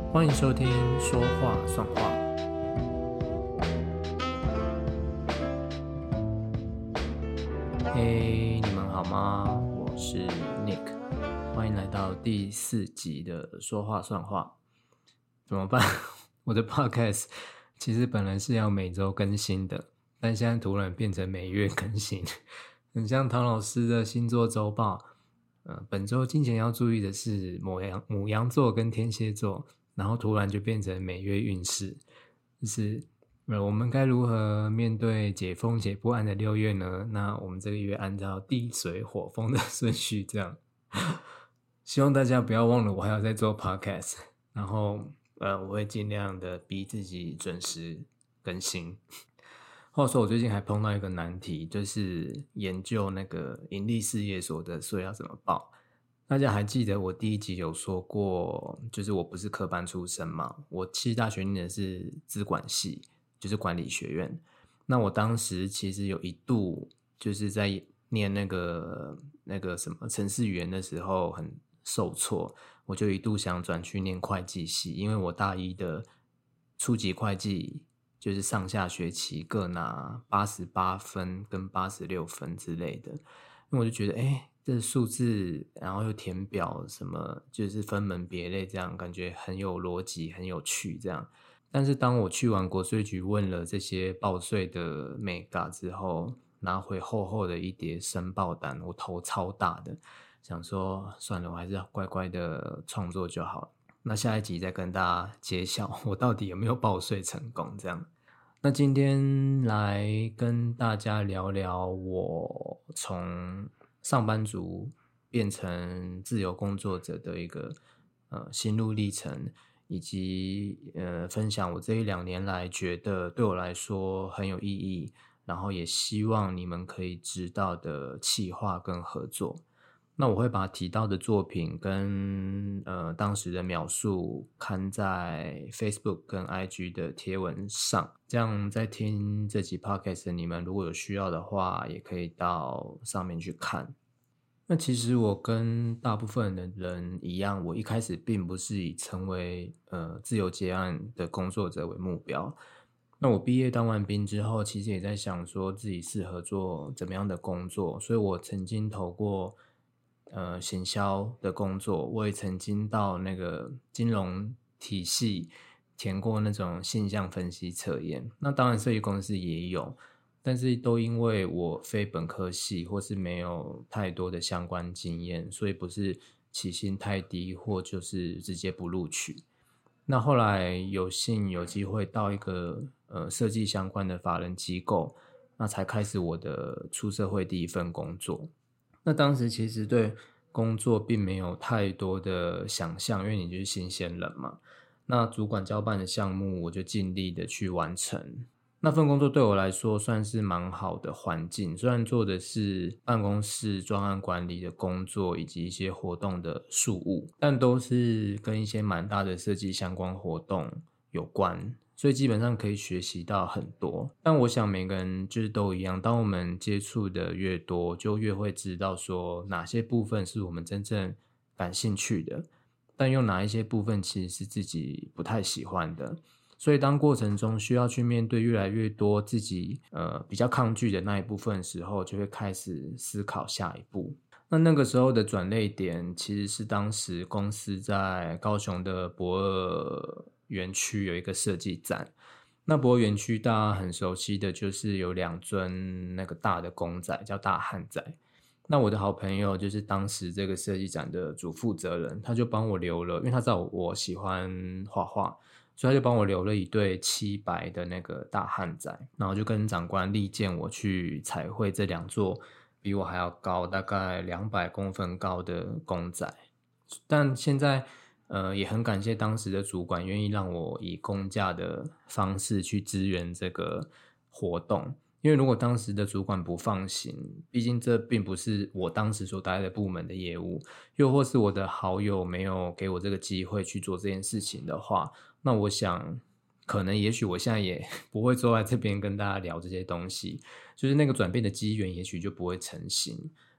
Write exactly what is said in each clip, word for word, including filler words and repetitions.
欢迎收听说话算话。嘿，你们好吗？我是 Nick， 欢迎来到第四集的说话算话。怎么办？我的 podcast 其实本来是要每周更新的，但现在突然变成每月更新，很像唐老师的星座周报。呃，本周金钱要注意的是牡羊牡羊座跟天蝎座，然后突然就变成每月运势，就是呃，我们该如何面对解封且不安的六月呢？那我们这个月按照地水火风的顺序这样，希望大家不要忘了我还要再做 podcast， 然后呃，我会尽量的逼自己准时更新。话说我最近还碰到一个难题，就是研究那个盈利事业所得税要怎么报。大家还记得我第一集有说过，就是我不是科班出身嘛，我其实大学念的是资管系，就是管理学院。那我当时其实有一度就是在念那个那个什么程式语言的时候很受挫，我就一度想转去念会计系，因为我大一的初级会计就是上下学期各拿八十八分跟八十六分之类的，因为我就觉得诶这数字然后又填表什么就是分门别类，这样感觉很有逻辑很有趣这样。但是当我去完国税局问了这些报税的眉角之后，拿回厚厚的一叠申报单，我头超大的，想说算了，我还是乖乖的创作就好了。那下一集再跟大家揭晓我到底有没有报税成功这样。那今天来跟大家聊聊我从上班族变成自由工作者的一个呃心路历程，以及呃分享我这一两年来觉得对我来说很有意义，然后也希望你们可以知道的企划跟合作。那我会把提到的作品跟呃当时的描述刊在 Facebook 跟 I G 的贴文上，这样在听这集 Podcast 的你们如果有需要的话，也可以到上面去看。那其实我跟大部分的人一样，我一开始并不是以成为呃自由接案的工作者为目标。那我毕业当完兵之后，其实也在想说自己适合做怎么样的工作，所以我曾经投过呃行销的工作，我也曾经到那个金融体系填过那种现象分析测验。那当然设计公司也有，但是都因为我非本科系或是没有太多的相关经验，所以不是起薪太低或就是直接不录取。那后来有幸有机会到一个呃设计相关的法人机构，那才开始我的出社会第一份工作。那当时其实对工作并没有太多的想象，因为你就是新鲜人嘛。那主管交办的项目，我就尽力的去完成。那份工作对我来说算是蛮好的环境，虽然做的是办公室专案管理的工作以及一些活动的事务，但都是跟一些蛮大的设计相关活动有关，所以基本上可以学习到很多。但我想每个人就是都一样，当我们接触的越多，就越会知道说哪些部分是我们真正感兴趣的，但又哪一些部分其实是自己不太喜欢的。所以当过程中需要去面对越来越多自己呃比较抗拒的那一部分的时候，就会开始思考下一步。那那个时候的转捩点其实是当时公司在高雄的博尔园区有一个设计展。那博尔园区大家很熟悉的就是有两尊那个大的公仔叫大汉仔。那我的好朋友就是当时这个设计展的主负责人，他就帮我留了，因为他知道我喜欢画画，所以他就帮我留了一对漆白的那个大汉仔，然后就跟长官力荐我去彩绘这两座比我还要高大概两百公分高的公仔。但现在呃也很感谢当时的主管愿意让我以公假的方式去支援这个活动，因为如果当时的主管不放行，毕竟这并不是我当时所待的部门的业务，又或是我的好友没有给我这个机会去做这件事情的话，那我想可能也许我现在也不会坐在这边跟大家聊这些东西，就是那个转变的机缘也许就不会成型。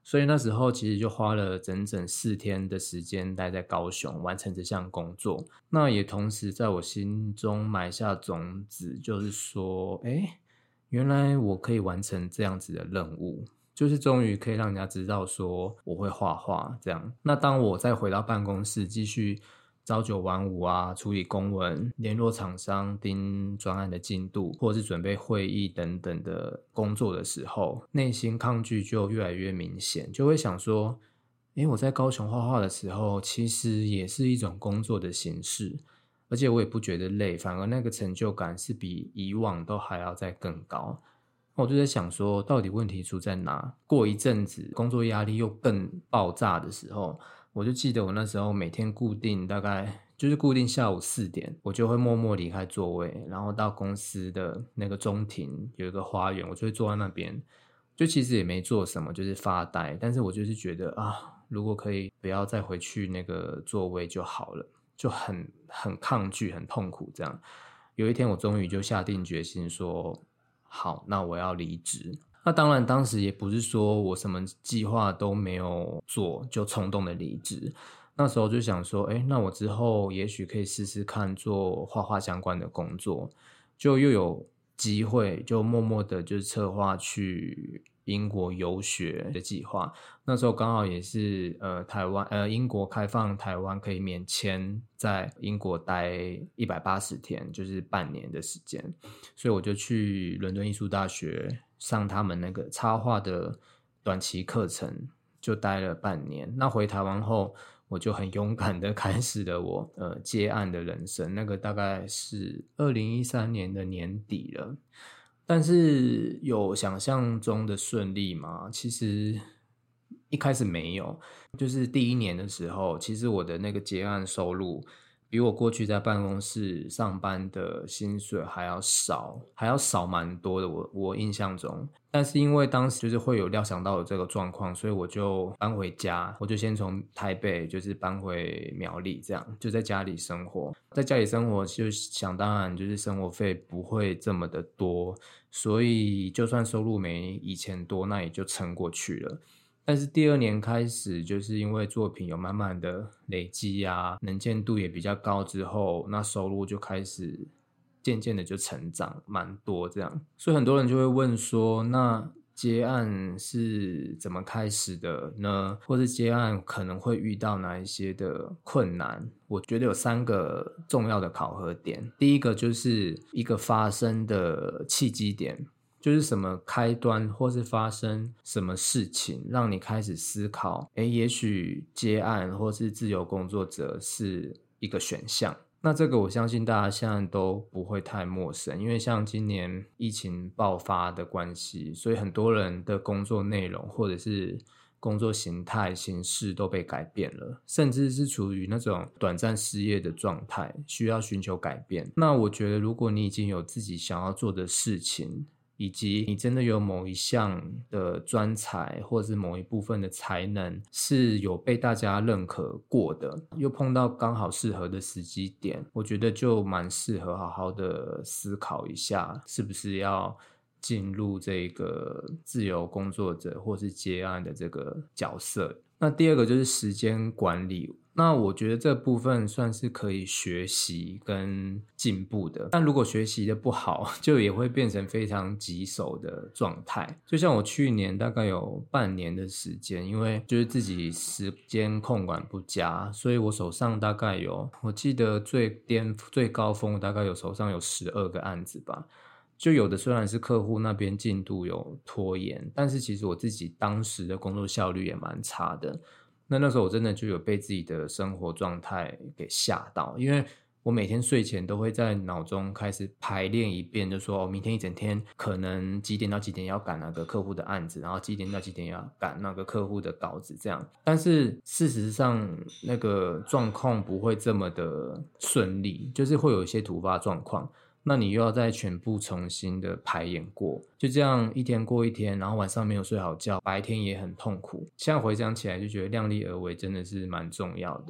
所以那时候其实就花了整整四天的时间待在高雄完成这项工作。那也同时在我心中埋下种子，就是说诶原来我可以完成这样子的任务，就是终于可以让人家知道说我会画画这样。那当我再回到办公室继续朝九晚五啊，处理公文、联络厂商、盯专案的进度，或者是准备会议等等的工作的时候，内心抗拒就越来越明显，就会想说诶我在高雄画画的时候其实也是一种工作的形式，而且我也不觉得累，反而那个成就感是比以往都还要再更高。我就在想说到底问题出在哪。过一阵子工作压力又更爆炸的时候，我就记得我那时候每天固定大概就是固定下午四点，我就会默默离开座位，然后到公司的那个中庭有一个花园，我就会坐在那边，就其实也没做什么，就是发呆，但是我就是觉得啊，如果可以不要再回去那个座位就好了，就很很抗拒很痛苦这样。有一天我终于就下定决心说好，那我要离职。那当然当时也不是说我什么计划都没有做就冲动的离职，那时候就想说诶那我之后也许可以试试看做画画相关的工作，就又有机会就默默的就策划去英国游学的计划。那时候刚好也是呃台湾呃英国开放台湾可以免签在英国待一百八十天，就是半年的时间，所以我就去伦敦艺术大学上他们那个插画的短期课程，就待了半年。那回台湾后我就很勇敢的开始了我呃接案的人生，那个大概是二零一三年的年底了。但是有想象中的顺利吗？其实一开始没有，就是第一年的时候，其实我的那个结案收入比我过去在办公室上班的薪水还要少，还要少蛮多的，我我印象中。但是因为当时就是会有料想到有这个状况，所以我就搬回家，我就先从台北就是搬回苗栗，这样就在家里生活。在家里生活就想当然就是生活费不会这么的多，所以就算收入没以前多，那也就撑过去了。但是第二年开始，就是因为作品有慢慢的累积啊，能见度也比较高之后，那收入就开始渐渐的就成长蛮多这样。所以很多人就会问说，那接案是怎么开始的呢？或是接案可能会遇到哪一些的困难？我觉得有三个重要的考核点。第一个就是一个发生的契机点，就是什么开端或是发生什么事情让你开始思考，诶，也许接案或是自由工作者是一个选项。那这个我相信大家现在都不会太陌生，因为像今年疫情爆发的关系，所以很多人的工作内容或者是工作形态形式都被改变了，甚至是处于那种短暂失业的状态，需要寻求改变。那我觉得如果你已经有自己想要做的事情，以及你真的有某一项的专才或是某一部分的才能是有被大家认可过的，又碰到刚好适合的时机点，我觉得就蛮适合好好的思考一下是不是要进入这个自由工作者或是接案的这个角色。那第二个就是时间管理，那我觉得这部分算是可以学习跟进步的，但如果学习的不好，就也会变成非常棘手的状态。就像我去年大概有半年的时间，因为就是自己时间控管不佳，所以我手上大概有，我记得最巅最高峰大概有手上有十二个案子吧。就有的虽然是客户那边进度有拖延，但是其实我自己当时的工作效率也蛮差的。那那时候我真的就有被自己的生活状态给吓到，因为我每天睡前都会在脑中开始排练一遍，就说、哦、明天一整天可能几点到几点要赶那个客户的案子，然后几点到几点要赶那个客户的稿子这样。但是事实上那个状况不会这么的顺利，就是会有一些突发状况，那你又要再全部重新的排演过，就这样一天过一天，然后晚上没有睡好觉，白天也很痛苦。现在回想起来就觉得量力而为真的是蛮重要的，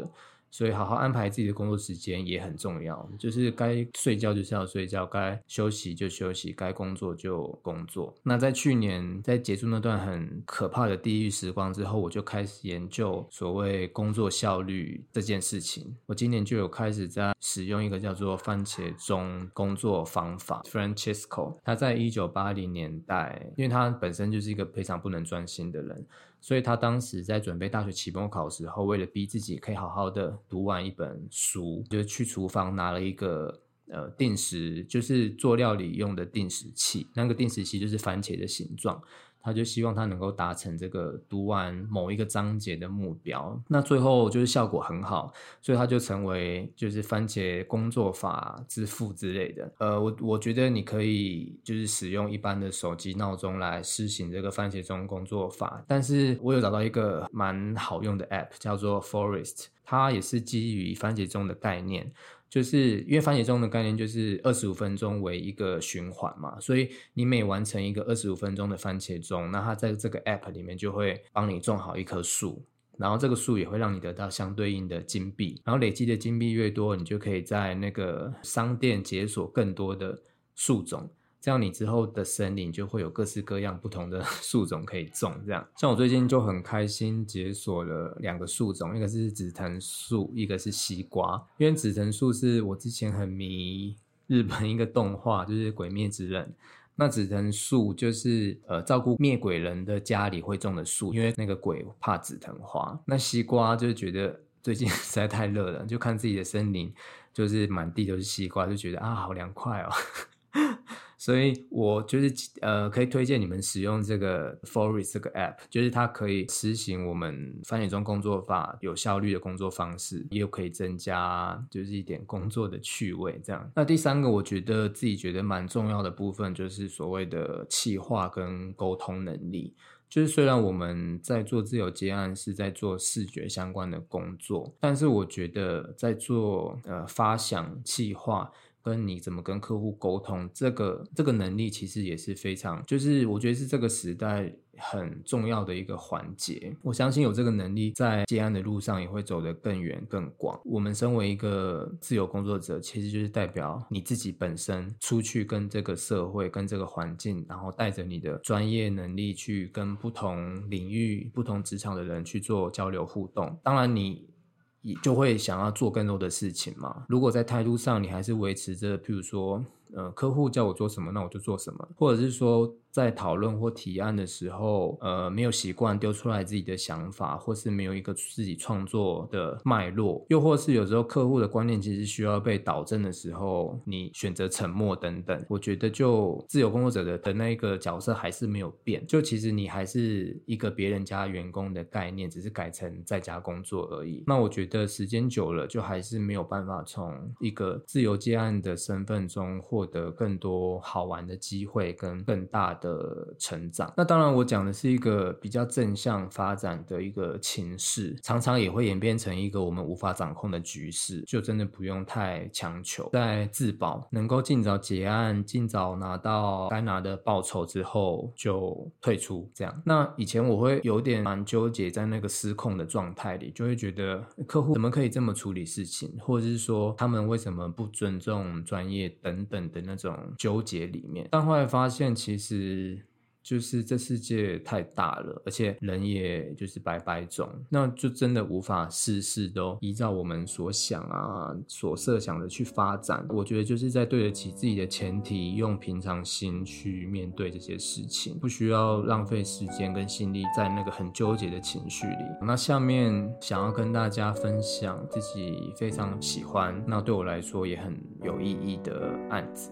所以好好安排自己的工作时间也很重要，就是该睡觉就是要睡觉，该休息就休息，该工作就工作。那在去年在结束那段很可怕的地狱时光之后，我就开始研究所谓工作效率这件事情。我今年就有开始在使用一个叫做番茄钟工作方法 Francesco。 他在一九八零年代，因为他本身就是一个非常不能专心的人，所以他当时在准备大学期末考的时候，为了逼自己可以好好的读完一本书，就去厨房拿了一个呃定时，就是做料理用的定时器，那个定时器就是番茄的形状，他就希望他能够达成这个读完某一个章节的目标。那最后就是效果很好，所以他就成为就是番茄工作法之父之类的。呃，我我觉得你可以就是使用一般的手机闹钟来施行这个番茄钟工作法，但是我有找到一个蛮好用的 App 叫做 Forest， 它也是基于番茄钟的概念。就是因为番茄钟的概念就是二十五分钟为一个循环嘛，所以你每完成一个二十五分钟的番茄钟，那它在这个 app 里面就会帮你种好一棵树，然后这个树也会让你得到相对应的金币，然后累积的金币越多，你就可以在那个商店解锁更多的树种，这样你之后的森林就会有各式各样不同的树种可以种。这样像我最近就很开心解锁了两个树种，一个是紫藤树，一个是西瓜。因为紫藤树是我之前很迷日本一个动画，就是鬼灭之刃，那紫藤树就是呃照顾灭鬼人的家里会种的树，因为那个鬼怕紫藤花。那西瓜就是觉得最近实在太热了，就看自己的森林就是满地都是西瓜，就觉得啊好凉快哦所以我就是呃，可以推荐你们使用这个 Forest 这个 app， 就是它可以实行我们番茄钟工作法有效率的工作方式，也有可以增加就是一点工作的趣味这样。那第三个我觉得自己觉得蛮重要的部分就是所谓的企划跟沟通能力。就是虽然我们在做自由接案是在做视觉相关的工作，但是我觉得在做呃发想企划跟你怎么跟客户沟通，这个这个能力其实也是非常，就是我觉得是这个时代很重要的一个环节。我相信有这个能力，在接案的路上也会走得更远更广。我们身为一个自由工作者，其实就是代表你自己本身出去跟这个社会跟这个环境，然后带着你的专业能力去跟不同领域不同职场的人去做交流互动。当然你就会想要做更多的事情嘛。如果在态度上你还是维持着譬如说呃，客户叫我做什么那我就做什么，或者是说在讨论或提案的时候呃，没有习惯丢出来自己的想法，或是没有一个自己创作的脉络，又或是有时候客户的观念其实需要被导正的时候你选择沉默等等，我觉得就自由工作者的的那个角色还是没有变，就其实你还是一个别人家员工的概念，只是改成在家工作而已。那我觉得时间久了就还是没有办法从一个自由接案的身份中获得更多好玩的机会跟更大的成长。那当然我讲的是一个比较正向发展的一个情势，常常也会演变成一个我们无法掌控的局势，就真的不用太强求，在自保能够尽早结案，尽早拿到该拿的报酬之后就退出这样。那以前我会有点蛮纠结在那个失控的状态里，就会觉得客户怎么可以这么处理事情，或者是说他们为什么不尊重专业等等的那种纠结里面。但后来发现其实就是这世界太大了，而且人也就是百百种，那就真的无法事事都依照我们所想啊所设想的去发展。我觉得就是在对得起自己的前提，用平常心去面对这些事情，不需要浪费时间跟心力在那个很纠结的情绪里。那下面想要跟大家分享自己非常喜欢，那对我来说也很有意义的案子。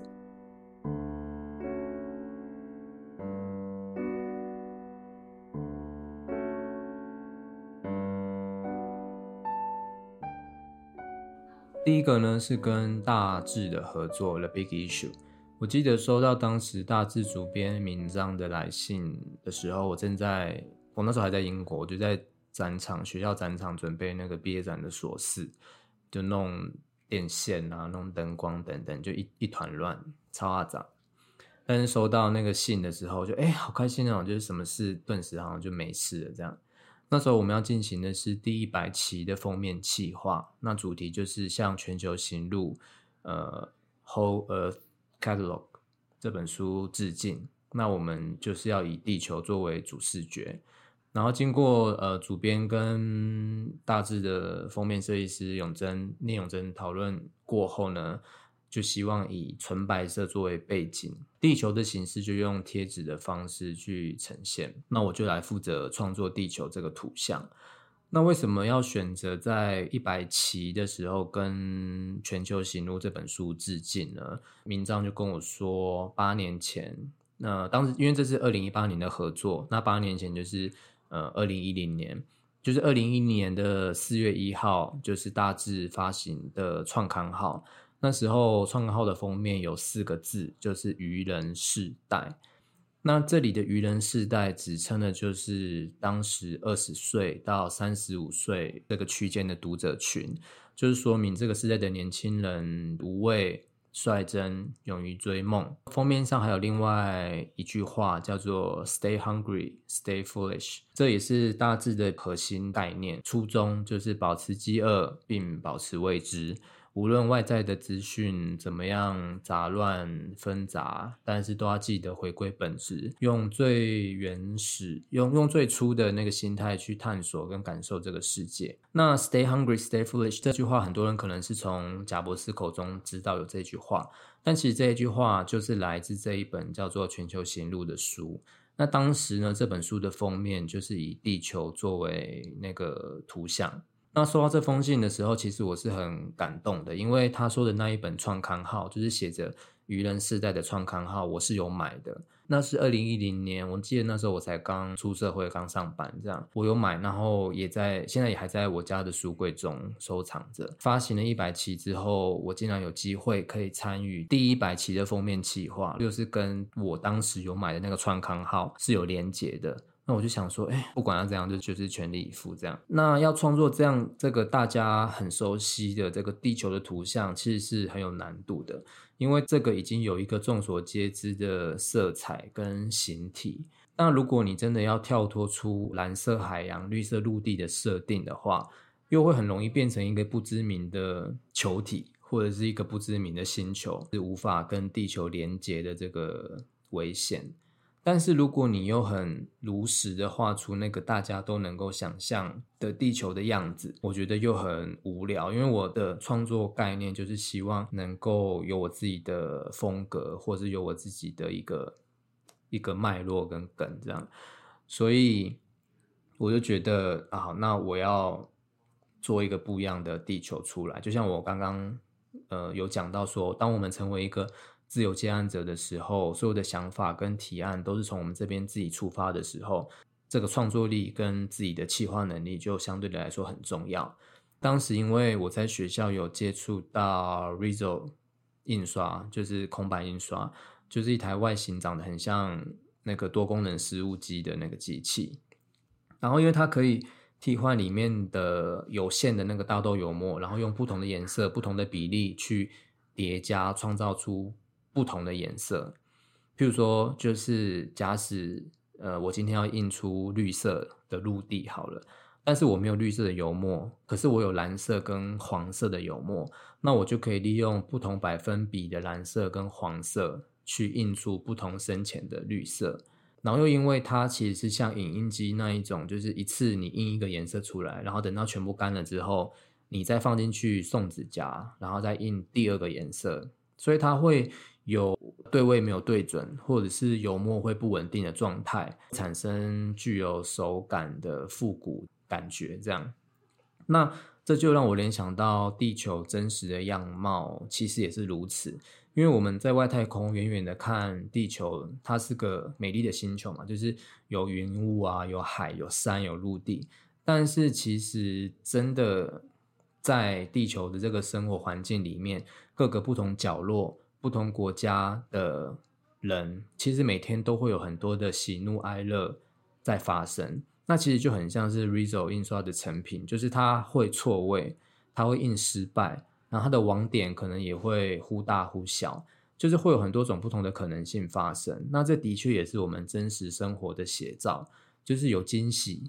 第一个呢是跟大志的合作 The Big Issue。 我记得收到当时大志主编明章的来信的时候，我正在我那时候还在英国，我就在展场学校展场准备那个毕业展的琐事，就弄电线啊弄灯光等等，就一一团乱超阿杂。但是收到那个信的时候就哎、欸、好开心哦，就是什么事顿时好像就没事了这样。 那时候我们要进行的是第一百期的封面企划，那主题就是向全球行路呃 Whole Earth Catalog 这本书致敬。那我们就是要以地球作为主视觉，然后经过呃主编跟大致的封面设计师永贞聂永贞讨论过后呢，就希望以纯白色作为背景，地球的形式就用贴纸的方式去呈现。那我就来负责创作地球这个图像。那为什么要选择在一百期的时候跟全球行路这本书致敬呢？明章就跟我说，八年前，那当时因为这是二零一八年的合作，那八年前就是呃二零一零年，就是二零一零年的四月一号，就是大致发行的创刊号。那时候创刊号的封面有四个字，就是愚人世代。那这里的愚人世代指称的就是当时二十岁到三十五岁这个区间的读者群，就是说明这个世代的年轻人无畏、率真、勇于追梦。封面上还有另外一句话叫做 Stay hungry, stay foolish， 这也是大致的核心概念，初衷就是保持饥饿并保持未知。无论外在的资讯怎么样杂乱纷杂，但是都要记得回归本质，用最原始用用最初的那个心态去探索跟感受这个世界。那 Stay hungry, stay foolish 这句话很多人可能是从贾伯斯口中知道有这句话，但其实这一句话就是来自这一本叫做《全球行路》的书。那当时呢，这本书的封面就是以地球作为那个图像。那收到这封信的时候，其实我是很感动的，因为他说的那一本创刊号就是写着愚人世代的创刊号，我是有买的。那是二零一零年，我记得那时候我才刚出社会，刚上班这样，我有买，然后也在现在也还在我家的书柜中收藏着。发行了一百期之后，我竟然有机会可以参与第一百期的封面企划，就是跟我当时有买的那个创刊号是有连结的。那我就想说，哎，不管要怎样，就就是全力以赴这样。那要创作这样这个大家很熟悉的这个地球的图像，其实是很有难度的，因为这个已经有一个众所皆知的色彩跟形体。那如果你真的要跳脱出蓝色海洋、绿色陆地的设定的话，又会很容易变成一个不知名的球体，或者是一个不知名的星球，是无法跟地球连接的这个危险。但是如果你又很如实的画出那个大家都能够想象的地球的样子，我觉得又很无聊，因为我的创作概念就是希望能够有我自己的风格，或是有我自己的一个一个脉络跟梗这样，所以我就觉得啊，那我要做一个不一样的地球出来。就像我刚刚呃有讲到说，当我们成为一个自由接案者的时候，所有的想法跟提案都是从我们这边自己出发的时候，这个创作力跟自己的企划能力就相对的来说很重要。当时因为我在学校有接触到 Riso 印刷，就是空白印刷，就是一台外形长得很像那个多功能食物机的那个机器，然后因为它可以替换里面的有限的那个大豆油墨，然后用不同的颜色、不同的比例去叠加，创造出不同的颜色。譬如说，就是假使呃，我今天要印出绿色的陆地好了，但是我没有绿色的油墨，可是我有蓝色跟黄色的油墨，那我就可以利用不同百分比的蓝色跟黄色去印出不同深浅的绿色。然后又因为它其实是像影印机那一种，就是一次你印一个颜色出来，然后等到全部干了之后，你再放进去送指甲，然后再印第二个颜色，所以它会有对位没有对准，或者是油墨会不稳定的状态，产生具有手感的复古感觉这样。那这就让我联想到地球真实的样貌其实也是如此，因为我们在外太空远远的看地球，它是个美丽的星球嘛，就是有云雾啊，有海，有山，有陆地，但是其实真的在地球的这个生活环境里面，各个不同角落、不同国家的人，其实每天都会有很多的喜怒哀乐在发生。那其实就很像是 Riso 印刷的成品，就是它会错位，它会印失败，然后它的网点可能也会忽大忽小，就是会有很多种不同的可能性发生。那这的确也是我们真实生活的写照，就是有惊喜，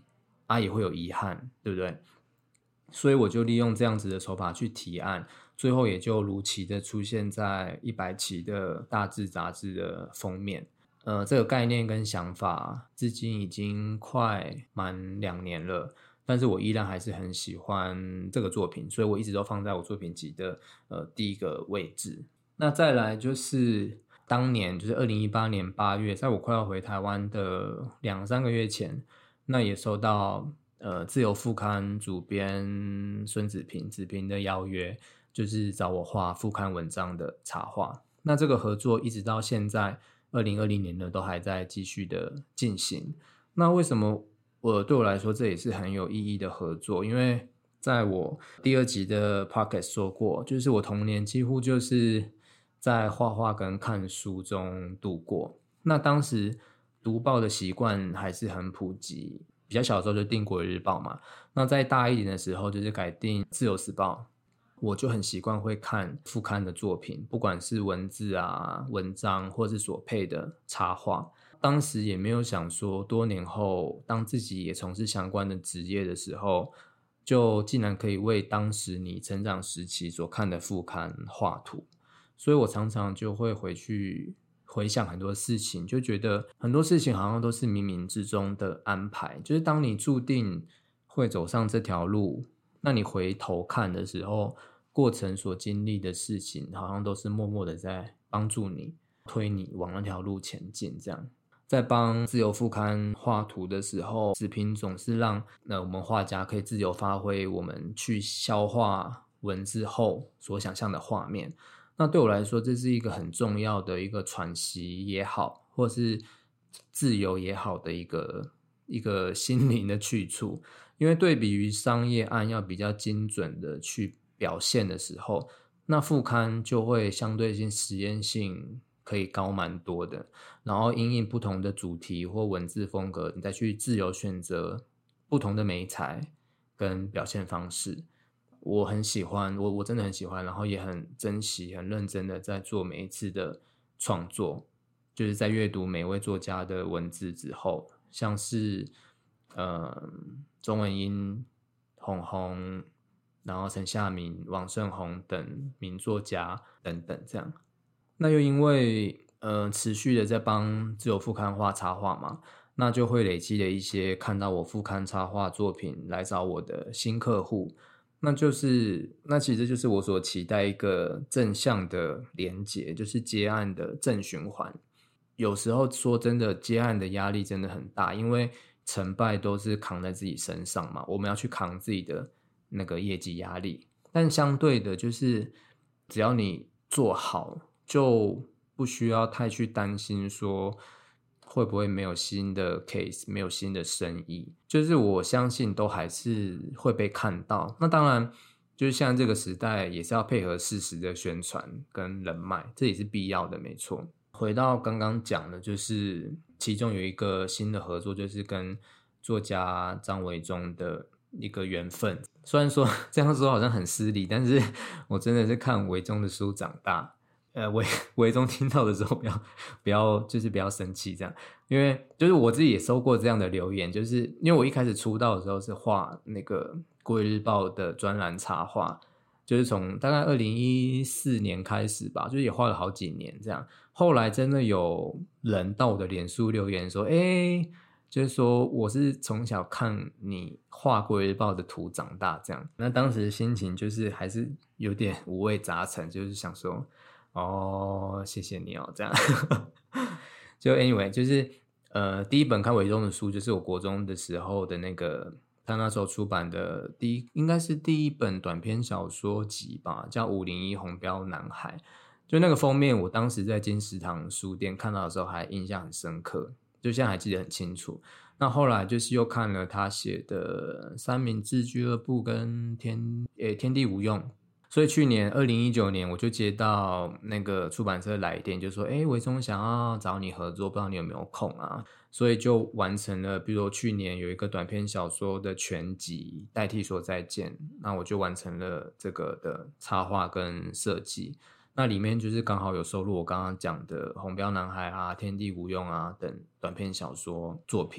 啊也会有遗憾，对不对？所以我就利用这样子的手法去提案，最后也就如期的出现在一百期的大志杂志的封面。呃，这个概念跟想法至今已经快满两年了，但是我依然还是很喜欢这个作品，所以我一直都放在我作品集的呃第一个位置。那再来就是当年就是二零一八年八月，在我快要回台湾的两三个月前，那也收到呃自由副刊主编孙子平子平的邀约，就是找我画副刊文章的插画。那这个合作一直到现在二零二零年呢都还在继续的进行。那为什么我对我来说这也是很有意义的合作？因为在我第二集的 podcast 说过，就是我童年几乎就是在画画跟看书中度过。那当时读报的习惯还是很普及，比较小的时候就订国语日报嘛，那在大一点的时候就是改订自由时报，我就很习惯会看副刊的作品，不管是文字啊、文章或是所配的插画。当时也没有想说多年后当自己也从事相关的职业的时候，就竟然可以为当时你成长时期所看的副刊画图。所以我常常就会回去回想很多事情，就觉得很多事情好像都是冥冥之中的安排，就是当你注定会走上这条路，那你回头看的时候，过程所经历的事情好像都是默默的在帮助你推你往那条路前进。这样在帮自由副刊画图的时候，子平总是让呃我们画家可以自由发挥我们去消化文字后所想象的画面。那对我来说，这是一个很重要的一个喘息也好，或是自由也好的一个一个心灵的去处。因为对比于商业案要比较精准的去表现的时候，那副刊就会相对性实验性可以高蛮多的，然后因应不同的主题或文字风格，你再去自由选择不同的媒材跟表现方式。我很喜欢，我我真的很喜欢，然后也很珍惜、很认真的在做每一次的创作，就是在阅读每位作家的文字之后，像是呃钟文英、鸿鸿，然后陈夏民、王胜宏等名作家等等这样。那又因为呃持续的在帮自由副刊画插画嘛，那就会累积了一些看到我副刊插画作品来找我的新客户。那就是那其实就是我所期待一个正向的连结，就是接案的正循环。有时候说真的，接案的压力真的很大，因为成败都是扛在自己身上嘛，我们要去扛自己的那个业绩压力。但相对的，就是只要你做好，就不需要太去担心说会不会没有新的 case， 没有新的生意，就是我相信都还是会被看到。那当然就是现在这个时代也是要配合适时的宣传跟人脉，这也是必要的，没错。回到刚刚讲的，就是其中有一个新的合作，就是跟作家张维中的一个缘分。虽然说这样说好像很失礼，但是我真的是看维中的书长大。呃，维维中听到的时候不要不要就是不要生气这样，因为就是我自己也收过这样的留言，就是因为我一开始出道的时候是画那个国语日报的专栏插画，就是从大概二零一四年开始吧，就是也画了好几年这样。后来真的有人到我的脸书留言说，诶，就是说我是从小看你画国语日报的图长大这样。那当时心情就是还是有点五味杂陈，就是想说哦，谢谢你哦，这样。就 anyway， 就是呃，第一本看维中的书，就是我国中的时候的那个，他那时候出版的第一，应该是第一本短篇小说集吧，叫《五零一红标男孩》。就那个封面，我当时在金石堂书店看到的时候，还印象很深刻，就现在还记得很清楚。那后来就是又看了他写的《三明治俱乐部》跟天诶天地无用。所以去年二零一九年我就接到那个出版社来电，就说诶维中想要找你合作，不知道你有没有空啊。所以就完成了比如说去年有一个短篇小说的全集代替说再见，那我就完成了这个的插画跟设计。那里面就是刚好有收录我刚刚讲的红标男孩啊、天地无用啊等短篇小说作品。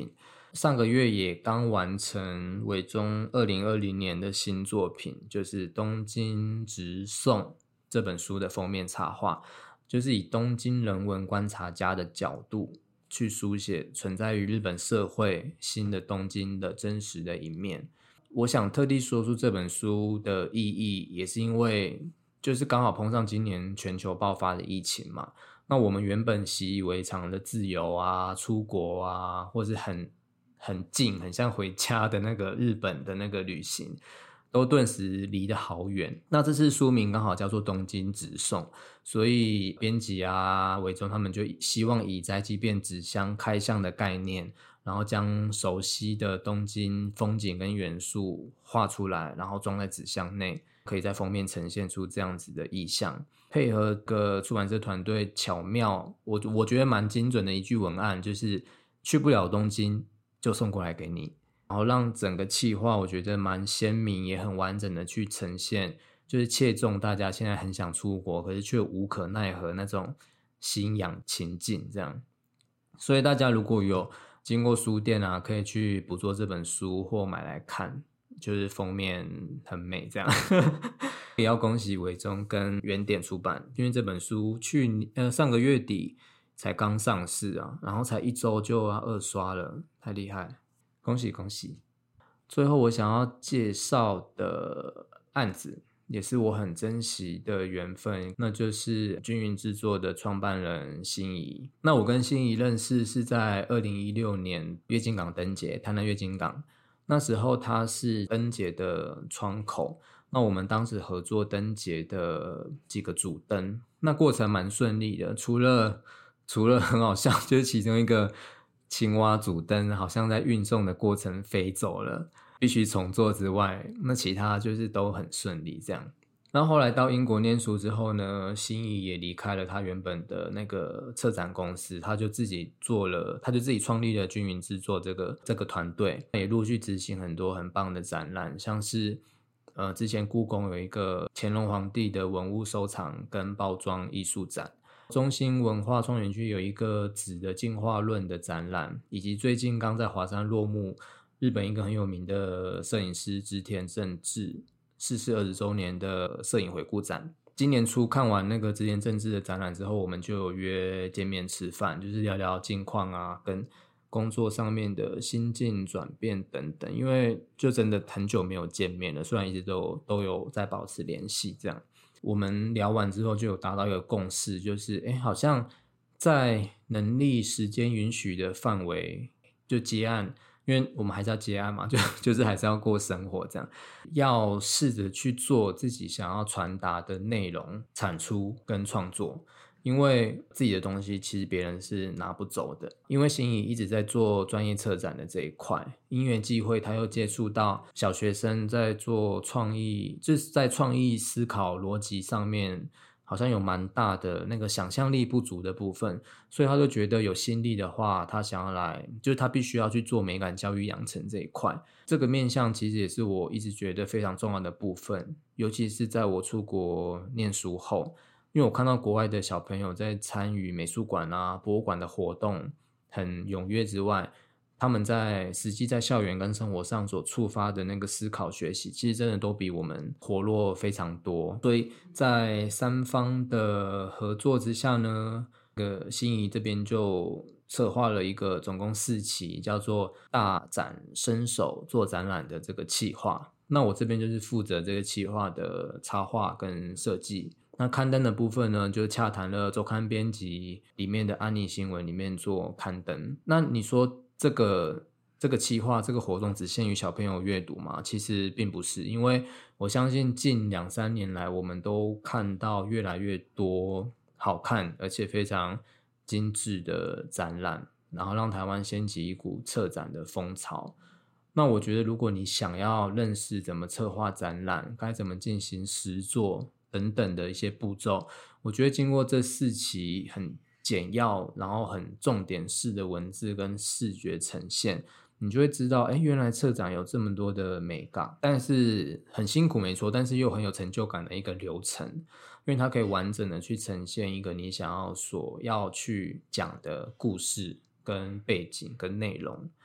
上个月也刚完成伟忠二零二零年的新作品，就是《东京直送》这本书的封面插画，就是以东京人文观察家的角度去书写存在于日本社会新的东京的真实的一面。我想特地说出这本书的意义，也是因为就是刚好碰上今年全球爆发的疫情嘛。那我们原本习以为常的自由啊、出国啊，或是很很近、很像回家的那个日本的那个旅行，都顿时离得好远。那这次书名刚好叫做《东京直送》，所以编辑啊、伟忠他们就希望以宅急便纸箱开箱的概念，然后将熟悉的东京风景跟元素画出来，然后装在纸箱内，可以在封面呈现出这样子的意象。配合个出版社团队巧妙，我我觉得蛮精准的一句文案，就是去不了东京就送过来给你，然后让整个企划我觉得蛮鲜明也很完整的去呈现，就是切中大家现在很想出国可是却无可奈何那种心痒情境这样。所以大家如果有经过书店啊，可以去捕捉这本书或买来看，就是封面很美这样。也要恭喜伟忠跟原点出版，因为这本书去呃上个月底才刚上市啊，然后才一周就要二刷了，太厉害，恭喜恭喜。最后我想要介绍的案子，也是我很珍惜的缘分，那就是均匀制作的创办人心怡。那我跟心怡认识是在二零一六年月津港灯节，台南月津港，那时候他是灯节的窗口，那我们当时合作灯节的几个主灯，那过程蛮顺利的，除了除了很好笑，就是其中一个青蛙主灯好像在运送的过程飞走了，必须重做之外，那其他就是都很顺利这样。然后后来到英国念书之后呢，心怡也离开了他原本的那个策展公司，他就自己做了，他就自己创立了均匀制作这个这个团队，也陆续执行很多很棒的展览，像是呃之前故宫有一个乾隆皇帝的文物收藏跟包装艺术展，中兴文化创园区有一个纸的进化论的展览，以及最近刚在华山落幕日本一个很有名的摄影师织田正治逝世二十周年的摄影回顾展。今年初看完那个织田正治的展览之后，我们就有约见面吃饭，就是聊聊近况啊，跟工作上面的心境转变等等，因为就真的很久没有见面了，虽然一直都都有在保持联系这样。我们聊完之后就有达到一个共识，就是诶好像在能力时间允许的范围就接案，因为我们还是要接案嘛，就就是还是要过生活这样，要试着去做自己想要传达的内容产出跟创作，因为自己的东西其实别人是拿不走的。因为心怡一直在做专业策展的这一块，因缘际会他又接触到小学生在做创意，就是在创意思考逻辑上面好像有蛮大的那个想象力不足的部分，所以他就觉得有心力的话，他想要来，就是他必须要去做美感教育养成这一块。这个面向其实也是我一直觉得非常重要的部分，尤其是在我出国念书后，因为我看到国外的小朋友在参与美术馆啊、博物馆的活动很踊跃之外，他们在实际在校园跟生活上所触发的那个思考学习，其实真的都比我们活络非常多。所以在三方的合作之下呢，这个心怡这边就策划了一个总共四期叫做大展伸手做展览的这个企划，那我这边就是负责这个企划的插画跟设计。那刊登的部分呢，就洽谈了周刊编辑里面的安妮新闻里面做刊登。那你说这个这个企划这个活动只限于小朋友阅读吗？其实并不是，因为我相信近两三年来我们都看到越来越多好看而且非常精致的展览，然后让台湾掀起一股策展的风潮。那我觉得如果你想要认识怎么策划展览，该怎么进行实作等等的一些步骤，我觉得经过这四期很简要然后很重点式的文字跟视觉呈现，你就会知道，哎，原来策展有这么多的美感，但是很辛苦没错，但是又很有成就感的一个流程，因为它可以完整的去呈现一个你想要所要去讲的故事跟背景跟内容。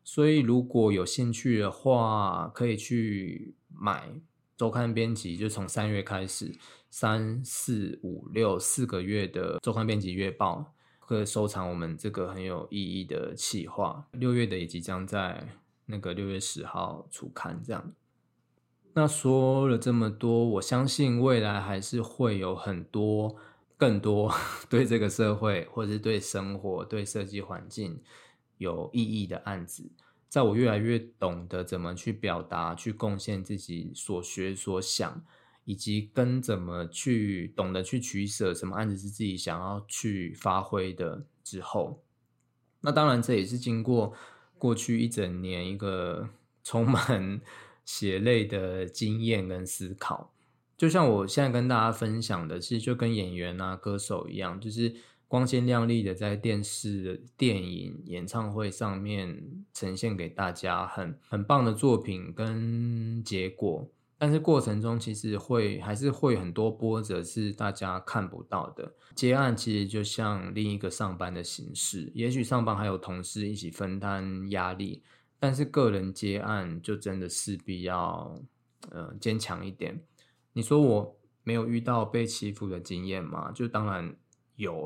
所以如果有兴趣的话，可以去买周刊编辑，就从三月开始，三四五六四个月的周刊编辑月报，可以收藏我们这个很有意义的企划。六月的也即将在那个六月十号出刊，这样。那说了这么多，我相信未来还是会有很多更多对这个社会或者是对生活对设计环境有意义的案子，在我越来越懂得怎么去表达去贡献自己所学所想，以及跟怎么去懂得去取舍什么案子是自己想要去发挥的之后，那当然这也是经过过去一整年一个充满血泪的经验跟思考。就像我现在跟大家分享的，其实就跟演员啊歌手一样，就是光鲜亮丽的在电视电影演唱会上面呈现给大家很很棒的作品跟结果，但是过程中其实会还是会很多波折是大家看不到的。接案其实就像另一个上班的形式，也许上班还有同事一起分担压力，但是个人接案就真的势必要呃坚强一点。你说我没有遇到被欺负的经验吗？就当然有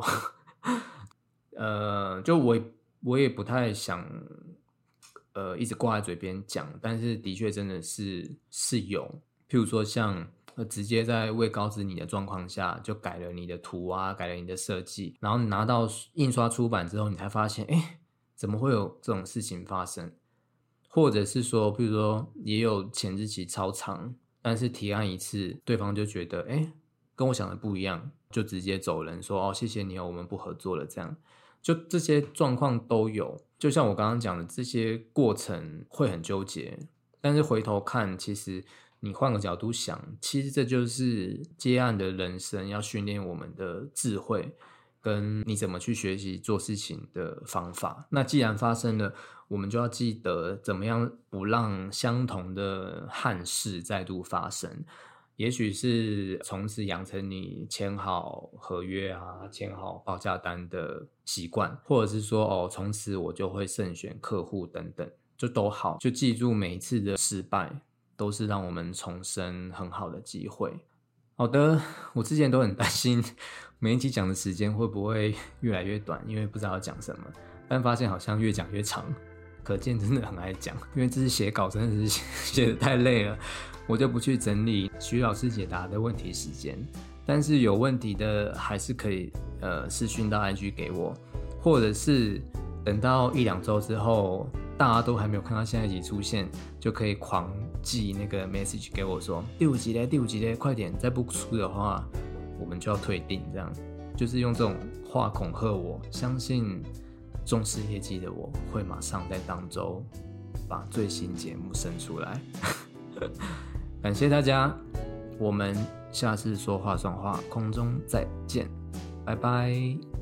呃，就我我也不太想呃一直挂在嘴边讲，但是的确真的是是有，譬如说像呃直接在未告知你的状况下就改了你的图啊，改了你的设计，然后你拿到印刷出版之后，你才发现哎，怎么会有这种事情发生？或者是说譬如说也有前日期超长，但是提案一次对方就觉得哎，跟我想的不一样，就直接走人说哦谢谢你哦，我们不合作了，这样就这些状况都有。就像我刚刚讲的，这些过程会很纠结，但是回头看，其实你换个角度想，其实这就是接案的人生要训练我们的智慧跟你怎么去学习做事情的方法。那既然发生了，我们就要记得怎么样不让相同的憾事再度发生。也许是从此养成你签好合约啊，签好报价单的习惯，或者是说哦，从此我就会慎选客户等等，就都好。就记住每一次的失败都是让我们重生很好的机会。好的，我之前都很担心每一集讲的时间会不会越来越短，因为不知道要讲什么，但发现好像越讲越长，可见真的很爱讲。因为这次写稿真的是写得太累了，我就不去整理徐老师解答的问题时间。但是有问题的还是可以呃私讯到 I G 给我，或者是等到一两周之后大家都还没有看到下一集出现，就可以狂寄那个 message 给我说第五集嘞第五集嘞快点，再不出的话我们就要退订，这样就是用这种话恐吓我。相信重视业绩的我会马上在当周把最新节目生出来感谢大家，我们下次说话算话空中再见，拜拜。